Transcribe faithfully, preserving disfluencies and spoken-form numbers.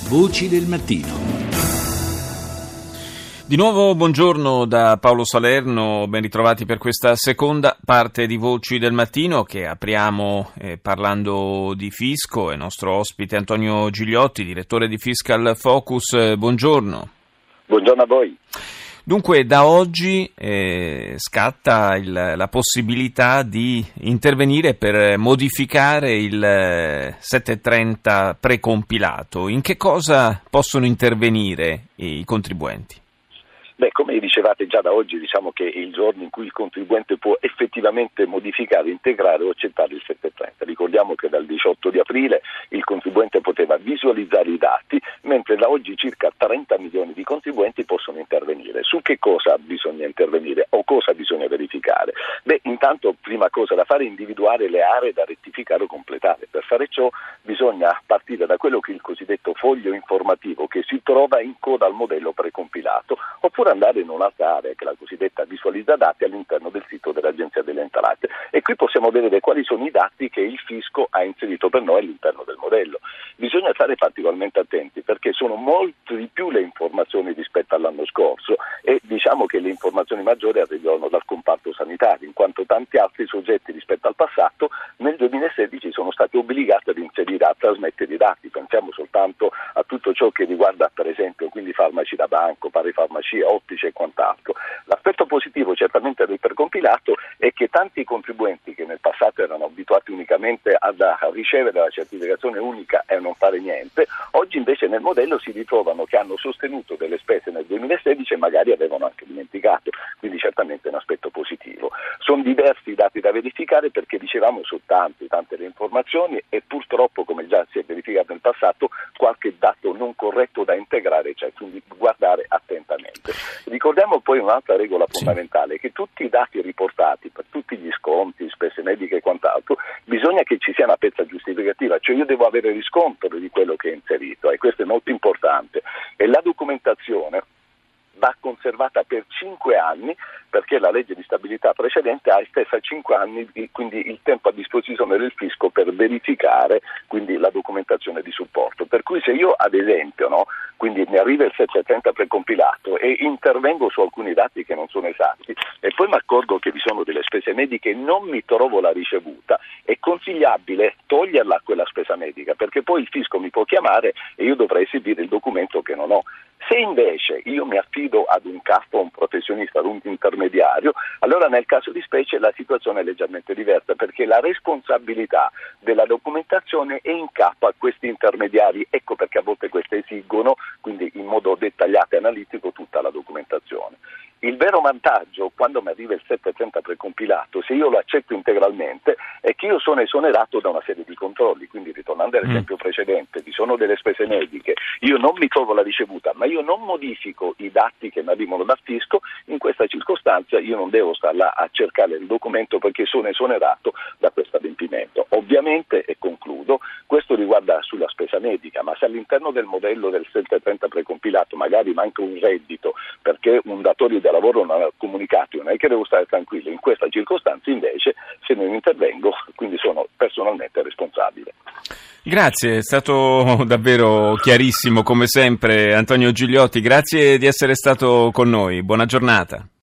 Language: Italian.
Voci del mattino. Di nuovo buongiorno da Paolo Salerno, ben ritrovati per questa seconda parte di Voci del Mattino che apriamo eh, parlando di fisco. È nostro ospite Antonio Gigliotti, direttore di Fiscal Focus. Eh, buongiorno. Buongiorno a voi. Dunque da oggi eh, scatta il, la possibilità di intervenire per modificare il eh, settecentotrenta precompilato. In che cosa possono intervenire i contribuenti? Beh, come dicevate già da oggi, diciamo che è il giorno in cui il contribuente può effettivamente modificare, integrare o accettare il settecentotrenta. Ricordiamo che dal diciotto di aprile il contribuente poteva visualizzare i dati, mentre da oggi circa trenta milioni di contribuenti possono intervenire. Su che cosa bisogna intervenire o cosa bisogna verificare? Beh, intanto prima cosa da fare è individuare le aree da rettificare o completare. Per fare ciò bisogna partire da quello che è il cosiddetto foglio informativo che si trova in coda al modello precompilato, oppure andare in un'altra area che è la cosiddetta visualizza dati all'interno del sito dell'Agenzia delle Entrate, e qui possiamo vedere quali sono i dati che il fisco ha inserito per noi all'interno del modello. Bisogna stare particolarmente attenti perché sono molte di più le informazioni rispetto all'anno scorso, e diciamo che le informazioni maggiori arrivano dal comparto sanitario, in quanto tanti altri soggetti rispetto al passato nel duemilasedici sono stati obbligati ad inserire, a trasmettere i dati. Pensiamo soltanto a tutto ciò che riguarda per esempio quindi farmaci da banco, parafarmacia, ottici e quant'altro. L'aspetto positivo certamente del precompilato è che tanti contribuenti che nel passato erano abituati unicamente ad, a ricevere la certificazione unica e a non fare niente, oggi invece nel modello si ritrovano che hanno sostenuto delle spese nel duemilasedici e magari avevano anche dimenticato, quindi certamente è un aspetto positivo. Sono diversi i dati da verificare perché dicevamo sono tante, tante le informazioni e purtroppo, come già si è verificato nel passato, qualche dato non corretto da integrare, cioè quindi guardare attentamente. Ricordiamo poi un'altra regola fondamentale, che tutti i dati riportati per tutti gli sconti, spese mediche e quant'altro, bisogna che ci sia una pezza giustificativa, cioè io devo avere riscontro di quello che è inserito, e questo è molto importante. E la documentazione va conservata per cinque anni perché la legge di stabilità precedente ha estesa cinque anni, quindi il tempo a disposizione del fisco per verificare quindi la documentazione di supporto. Per cui se io ad esempio no, quindi mi arriva il settecentotrenta precompilato e intervengo su alcuni dati che non sono esatti e poi mi accorgo che vi sono delle spese mediche e non mi trovo la ricevuta, è consigliabile toglierla quella spesa medica, perché poi il fisco mi può chiamare e io dovrei esibire il documento che non ho. Se invece io mi affido ad un capo, a un professionista, ad un intermediario, allora nel caso di specie la situazione è leggermente diversa, perché la responsabilità della documentazione è in capo a questi intermediari. Ecco perché a volte queste esigono, quindi in modo dettagliato e analitico, tutta la documentazione. Il vero vantaggio quando mi arriva il settecentotrenta precompilato, se io lo accetto integralmente, è che io sono esonerato da una serie di controlli. Quindi, ritornando all'esempio mm. precedente, vi sono delle spese mediche, io non mi trovo la ricevuta, ma io non modifico i dati che mi arrivano dal fisco, in questa circostanza io non devo stare là a cercare il documento perché sono esonerato da questo adempimento. Ovviamente, e concludo, questo riguarda sulla spesa medica, ma se all'interno del modello del settecentotrenta precompilato magari manca un reddito perché un datore di lavoro non ha comunicato, non è che devo stare tranquillo. In questa circostanza invece se non intervengo, quindi sono personalmente responsabile. Grazie, è stato davvero chiarissimo come sempre Antonio Gigliotti, grazie di essere stato con noi, buona giornata.